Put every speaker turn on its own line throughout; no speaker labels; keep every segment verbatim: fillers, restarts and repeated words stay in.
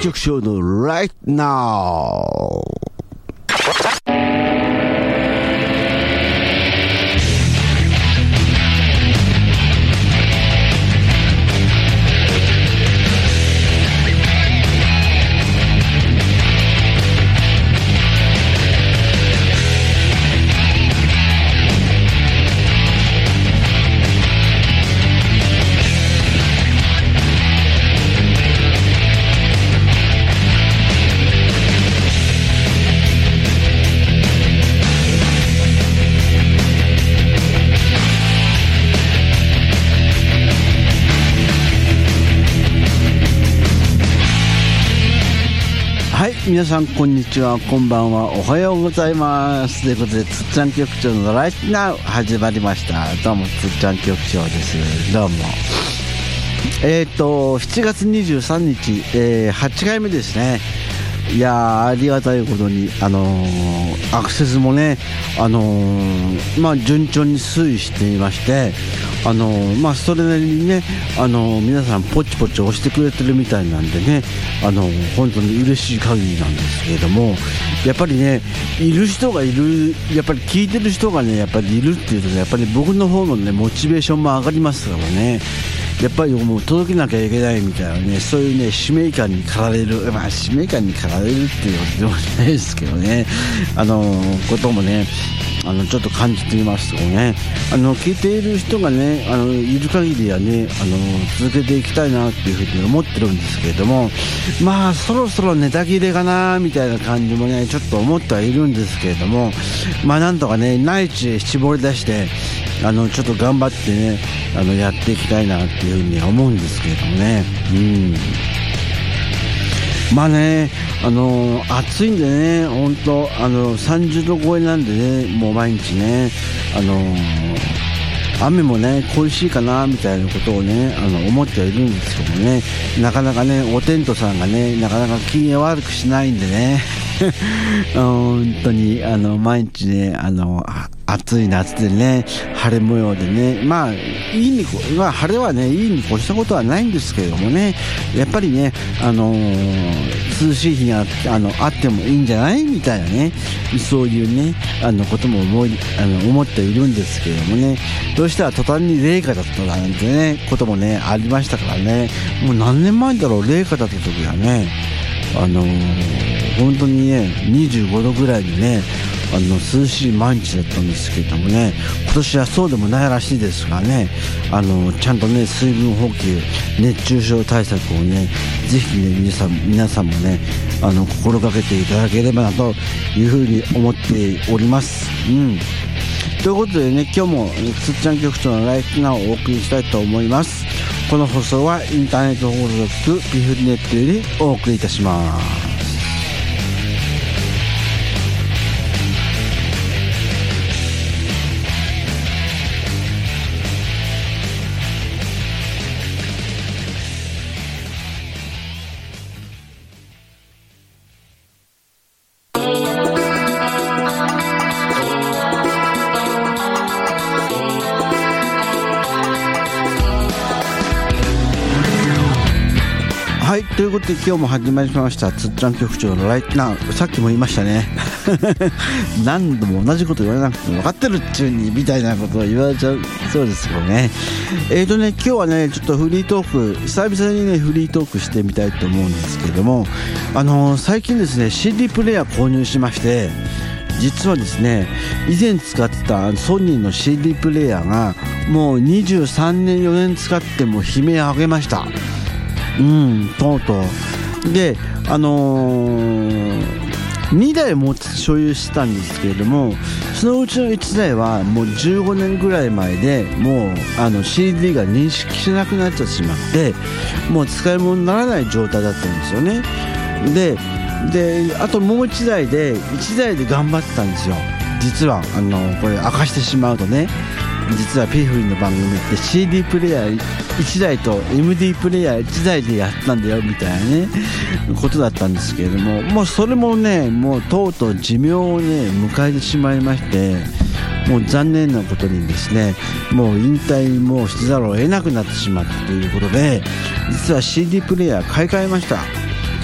局長の Right Now。はい、皆さんこんにちは、こんばんは、おはようございます。ということで、つっちゃん局長の Right Now 始まりました。どうもつっちゃん局長です。どうも。えっとしちがつにじゅうさんにち、えー、はちかいめですね。いやー、ありがたいことに、あのー、アクセスもね、あのー、まあ順調に推移していまして、あのー、まあそれなりにね、あのー、皆さんポチポチ押してくれてるみたいなんでね、あのー、本当に嬉しい限りなんですけれども、やっぱりね、いる人がいる、やっぱり聞いてる人がね、やっぱりいるっていうとね、やっぱり僕の方のね、モチベーションも上がりますからね。やっぱりもう届けなきゃいけないみたいなね、そういうね使命感に駆られる、まあ使命感に駆られるっていうことでもないですけどね、あのこともね、あのちょっと感じていますとね、あの聞いている人がね、あのいる限りはね、あの続けていきたいなっていうふうに思ってるんですけれども、まあそろそろネタ切れかなみたいな感じもね、ちょっと思ってはいるんですけれども、まあなんとかね内地へ絞り出して、あのちょっと頑張ってね、あのやっていきたいなっていうふうに思うんですけれどもね。うん、まあね、あのー、暑いんでね、本当あのさんじゅうど超えなんでね、もう毎日ね、あのー、雨もね恋しいかなみたいなことをね、あの思ってはいるんですけどね、なかなかねおテントさんがね、なかなか機嫌悪くしないんでね本当にあの毎日ね、あの暑い夏でね、晴れ模様でね、まあいいに、まあ、晴れはねいいに越したことはないんですけれどもね、やっぱりね、あのー、涼しい日が あのあってもいいんじゃないみたいなね、そういうねあのことも思いあの思っているんですけれどもね、どうしたら途端に冷夏だったなんてねこともねありましたからね。もう何年前だろう、冷夏だった時はね、あのー、本当にねにじゅうごどぐらいにね、あの涼しい毎日だったんですけれどもね、今年はそうでもないらしいですがね、あのちゃんとね水分補給、熱中症対策をね、ぜひね皆さん皆さんもね、あの心がけていただければなというふうに思っております。うん。ということでね、今日もつっちゃん局長のライフナーをお送りしたいと思います。この放送はインターネット放送局ピフリネットよりお送りいたします。はい、ということで今日も始まりましたつっちゃん局長のライトナウ。さっきも言いましたね何度も同じこと言われなくても分かってるっちゅうにみたいなことを言われちゃうそうですよね。えーとね今日はねちょっとフリートーク、久々にねフリートークしてみたいと思うんですけれども、あのー、最近ですね シーディー プレイヤー購入しまして、実はですね以前使ってたソニーの シーディー プレイヤーがもうにじゅうさんねんよねん使っても悲鳴上げました。うん、とうとうで、あのー、にだいも所有してたんですけれども、そのうちのいちだいはもうじゅうごねんぐらい前でもうあの シーディー が認識しなくなっちゃってしまって、もう使い物にならない状態だったんですよね。でであともういちだいでいちだいで頑張ってたんですよ。実はあのこれ明かしてしまうとね、実はピフリンの番組って シーディー プレイヤーいちだいと エムディー プレイヤーいちだいでやったんだよみたいなねことだったんですけれども、もうそれもねもうとうとう寿命をね迎えてしまいまして、もう残念なことにですね、もう引退もせざるを得なくなってしまったということで、実は シーディー プレイヤー買い替えました。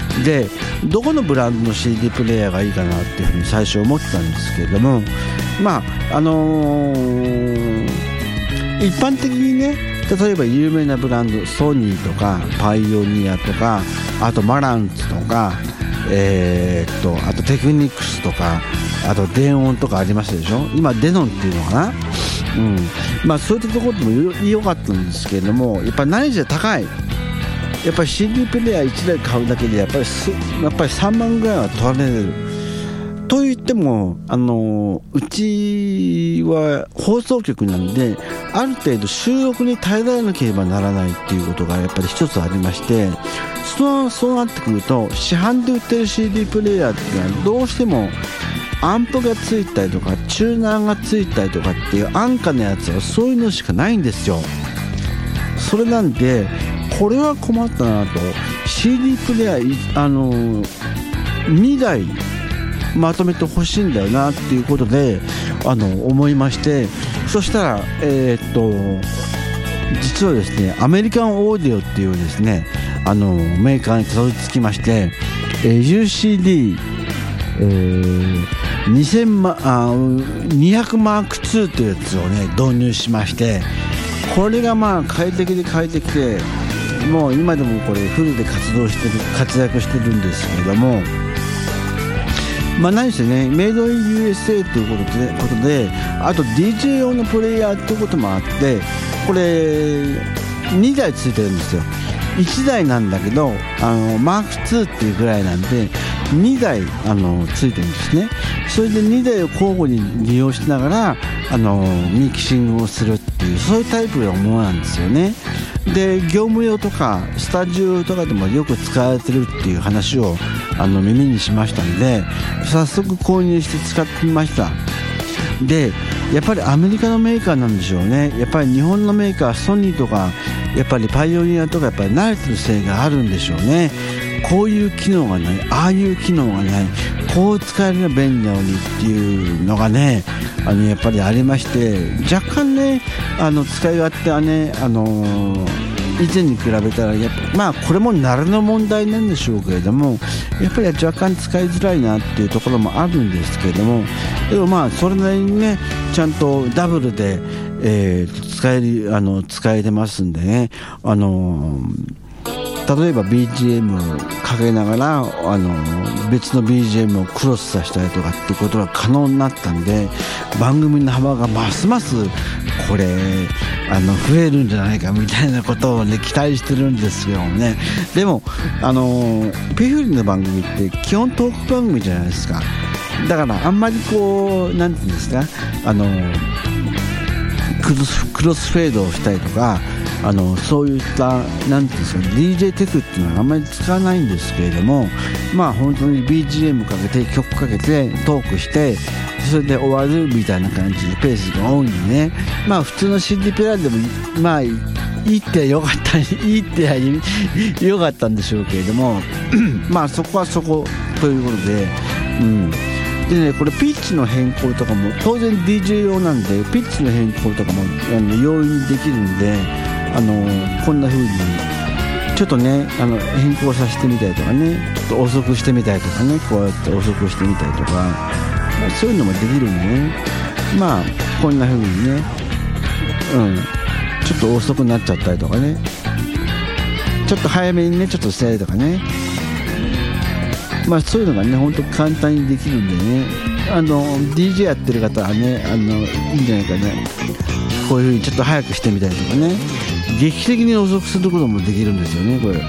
でどこのブランドの シーディー プレイヤーがいいかなっていうふうに最初思ってたんですけれども、まああのー、一般的にね、例えば有名なブランドソニーとかパイオニアとか、あとマランツとか、えー、っとあとテクニクスとか、あと電音とかありましたでしょ。今デノンっていうのかな、うん、まあそういったところでも良かったんですけれども、やっぱり何せ高い、やっぱり シーディー プレイヤーいちだい買うだけでやっぱりすやっぱりさんまんぐらいは取られると言っても、あのうちは放送局なんで、ある程度収録に耐えられなければならないっていうことがやっぱり一つありまして、そうそうなってくると市販で売ってる シーディー プレイヤーっていうのはどうしてもアンプがついたりとかチューナーがついたりとかっていう安価なやつはそういうのしかないんですよ。それなんでこれは困ったなと、 シーディー プレイヤーあのにだいまとめてほしいんだよなっていうことであの思いまして、そしたらえー、っと実はですねアメリカンオーディオっていうですねあのメーカーにたどり着きまして、えー、ユーシーディー、えー、にせんまあにひゃくマークツーというやつをね導入しまして、これがまあ快適で快適で、もう今でもこれフルで活動してる活躍してるんですけれども、まあ何せねメイドイン ユーエスエー ということで、ことであと ディージェー 用のプレイヤーということもあって、これにだいついてるんですよ。いちだいなんだけどあのマークツーっていうぐらいなんでにだいあのついてるんですね。それでにだいを交互に利用しながらあのミキシングをするっていう、そういうタイプのものなんですよね。で業務用とかスタジオ用とかでもよく使われてるっていう話をあの耳にしましたので、早速購入して使ってみました。でやっぱりアメリカのメーカーなんでしょうね。やっぱり日本のメーカーソニーとかやっぱりパイオニアとかやっぱり慣れてるせいがあるんでしょうね。こういう機能がない、ああいう機能がない、こう使えるのが便利なのにっていうのがねあのやっぱりありまして、若干ねあの使い勝手はねあのー以前に比べたらやっぱまあこれも慣れの問題なんでしょうけれども、やっぱり若干使いづらいなっていうところもあるんですけれども、でもまあそれなりにねちゃんとダブルで、えー、使えるあの使えてますんでね、あのー、例えば ビージーエム をかけながらあの別の ビージーエム をクロスさせたりとかってことが可能になったんで、番組の幅がますますこれあの増えるんじゃないかみたいなことをね期待してるんですけどもね。でもあのピフリの番組って基本トーク番組じゃないですか。だからあんまりこうなんていうんですか、あのクロス、クロスフェードをしたりとかあのそういったなんていうんですか ディージェー テクっていうのはあんまり使わないんですけれども、まあ本当に ビージーエム かけて曲かけてトークしてそれで終わるみたいな感じでペースが多いんでね、まあ普通の シーディー プレイヤーでもまあいいってよかったいいってよかったんでしょうけれどもまあそこはそこということで、うんでね、これピッチの変更とかも当然 ディージェー 用なんでピッチの変更とかもあの容易にできるんで、あのこんな風にちょっとねあの変更させてみたりとかね、ちょっと遅くしてみたりとかね、こうやって遅くしてみたりとか、まあ、そういうのもできるんでね、まあこんな風にね、うんちょっと遅くなっちゃったりとかね、ちょっと早めにねちょっとしたりとかね、まあそういうのがね本当簡単にできるんでね、あの ディージェー やってる方はねあのいいんじゃないかね、こういう風にちょっと早くしてみたりとかね、劇的に遅くすることもできるんですよね。これ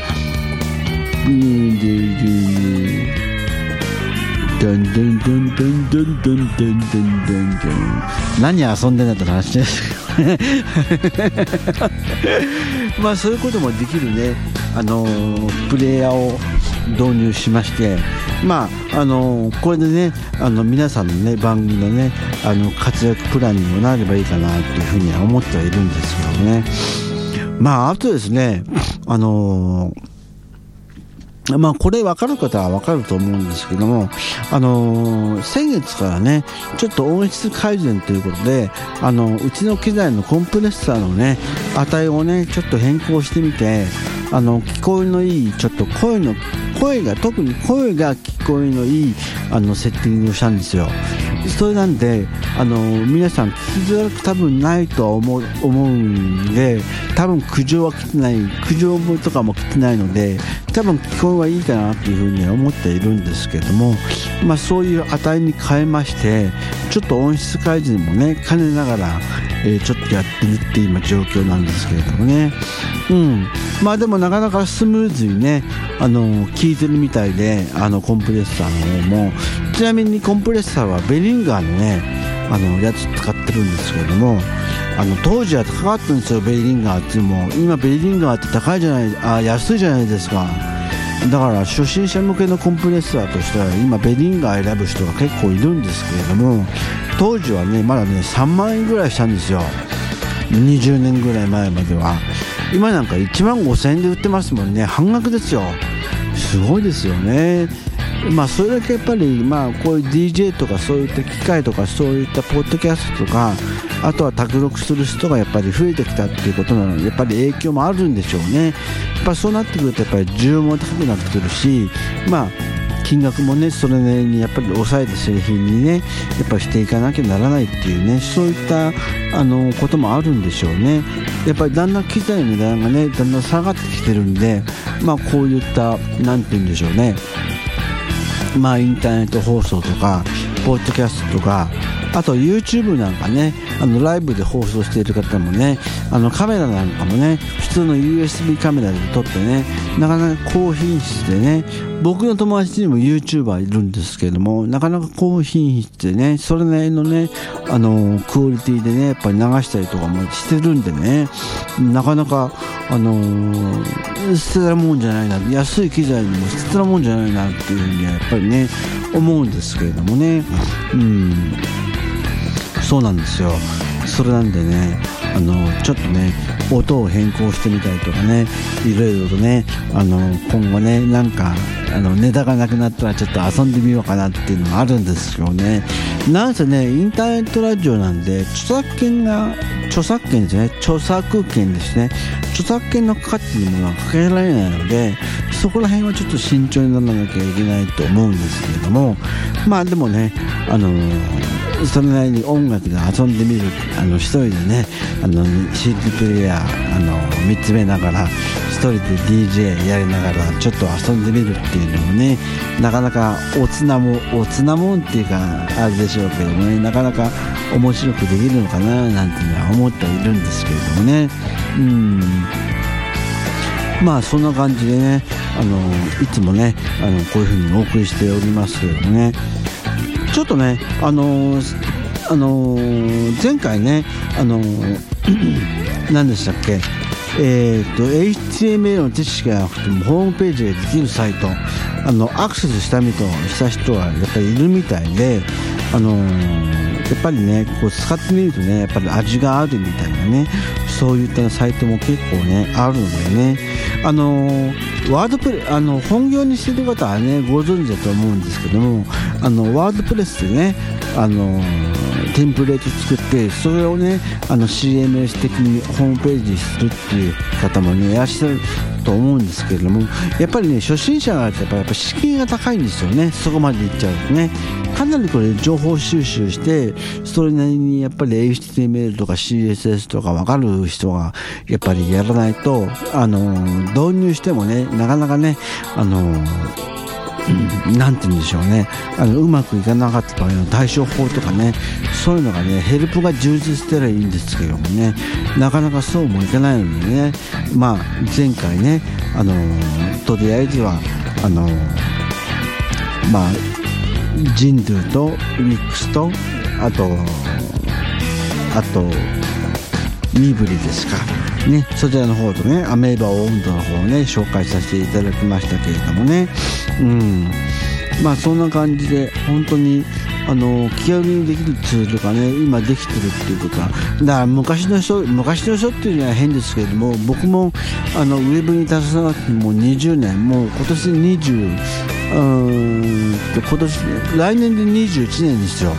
ドンドンドンドンドンドンドンドンドンドン、何遊んでんだって話ですけどねまあそういうこともできるねあのプレイヤーを導入しまして、まああのこれでねあの皆さんのね番組のねあの活躍プランにもなればいいかなというふうには思ってはいるんですけどね。まああとですねあのまあこれ分かる方は分かると思うんですけども、あのー、先月からねちょっと音質改善ということであのうちの機材のコンプレッサーのね値をねちょっと変更してみて、 あの聞こえのいいちょっと声の声が特に声が聞こえのいいあのセッティングをしたんですよ。それなんであの皆さん聞きづらく多分ないとは思う、思うんで、多分苦情は来てない、苦情とかも来てないので多分聞こえはいいかなというふうには思っているんですけども、まあそういう値に変えましてちょっと音質改善もね兼ねながら、えー、ちょっとやってるっていう今状況なんですけれどもね。うん、まあでもなかなかスムーズにねあの効いてるみたいで、あのコンプレッサーの方も、ちなみにコンプレッサーはベリンガーのねあのやつ使ってるんですけれども、あの当時は高かったんですよベリンガーっていうのも。今ベリンガーって高いじゃない、あ安いじゃないですか。だから初心者向けのコンプレッサーとしては今ベリンガー選ぶ人が結構いるんですけれども、当時はねまだねさんまんえんぐらいしたんですよ、にじゅうねんぐらい前までは。今なんかいちまんごせんえんで売ってますもんね。半額ですよ。すごいですよね。まあそれだけやっぱりまあこういう ディージェー とかそういった機械とかそういったポッドキャストとか、あとは卓録する人がやっぱり増えてきたっていうことなので、やっぱり影響もあるんでしょうね。やっぱりそうなってくるとやっぱり需要も高くなってくるし、まあ金額もねそれなりにやっぱり抑えた製品にねやっぱりしていかなきゃならないっていうね、そういったあのこともあるんでしょうね。やっぱりだんだん機材の値段がねだんだん下がってきてるんで、まあこういったなんて言うんでしょうね、まあインターネット放送とかポッドキャストとか、あと YouTube なんかねあのライブで放送している方もね、あのカメラなんかもね普通の ユーエスビー カメラで撮ってね、なかなか高品質でね、僕の友達にも YouTuber いるんですけれども、なかなか高品質でねそれなりのねあのクオリティでねやっぱり流したりとかもしてるんでね、なかなかあのー、捨てたもんじゃないな、安い機材にも捨てたもんじゃないなっていうふうにはやっぱりね思うんですけれどもね。うんそうなんですよ。それなんでねあのちょっとね音を変更してみたりとかね、いろいろとねあの今後ねなんかあのネタがなくなったらちょっと遊んでみようかなっていうのがあるんですよね。なんせねインターネットラジオなんで著作権が著作権ですね著作権ですね著作権のかかっているものはかけられないので、そこら辺はちょっと慎重にならなきゃいけないと思うんですけれども、まあでもねあのーそれなりに音楽で遊んでみる、あの一人でねあの シーディー プレイヤーあの見つめながら一人で ディージェー やりながらちょっと遊んでみるっていうのもね、なかなかおつなもおつなもんっていうかあれでしょうけどもね、なかなか面白くできるのかななんていうのは思っているんですけれどもね。うんまあそんな感じでねあのいつもねあのこういう風にお送りしておりますけれどもね、ちょっとねあのーあのー、前回ねあのー、何でしたっけえー、と エイチティーエムエル の知識がなくてもホームページができるサイトあのアクセスしたみとした人はやっぱりいるみたいで、あのー、やっぱりねこう使ってみるとねやっぱり味があるみたいなね、そういったサイトも結構ねあるのでね、あのー、ワードプレあの本業にしてる方はねご存知だと思うんですけども、あのワードプレスでねあのー、テンプレート作ってそれをねあの シーエムエス 的にホームページにするっていう方もねいらっしゃると思うんですけれども、やっぱりね初心者がやっぱりやっぱ敷居が高いんですよね。そこまでいっちゃうとねかなりこれ情報収集してそれなりにやっぱり エイチティーエムエル とか シーエスエス とか分かる人がやっぱりやらないとあの導入してもねなかなかねあのうん、なんて言うんでしょうねあのうまくいかなかった場合の対処法とかね、そういうのがねヘルプが充実してればいいんですけどもね、なかなかそうもいかないのでね、まあ前回ねあのとりあえずはあのまあジンドゥとウィックスとあとあとミブリですかね、そちらの方とねアメーバオウンドの方をね紹介させていただきましたけれどもね、うんまあそんな感じで本当にあの気軽にできるツールがね今できてるっていうことは、だから昔の人昔の人っていうのは変ですけれども、僕もあのウェブに携わってもうにじゅうねん、もう今年にじゅううーんと今年来年でにじゅういちねんですよ。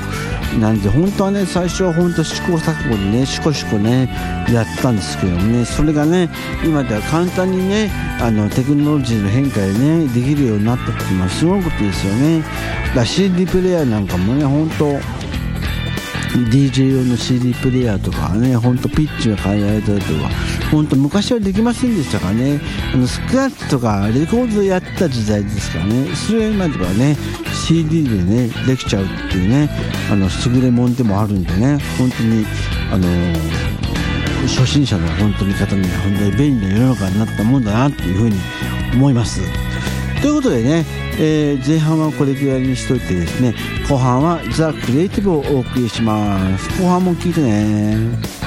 なんで本当はね最初は本当試行錯誤でねシコシコねやったんですけどもね、それがね今では簡単にねあのテクノロジーの変化でねできるようになったっていうのはすごいことですよね。だから シーディー プレイヤーなんかもね本当 ディージェー 用の シーディー プレイヤーとかはね本当ピッチが変えられたりとか本当昔はできませんでしたからね、あのスクラッチとかレコードやった時代ですからね、それまではね シーディー でねできちゃうっていうねあの優れもんでもあるんでね、本当にあのー、初心者の本当に方には本当に便利な世の中になったもんだなっていうふうに思います。ということでね、えー、前半はこれくらいにしといてですね、後半はザ・クリエイティブをお送りします。後半も聞いてね。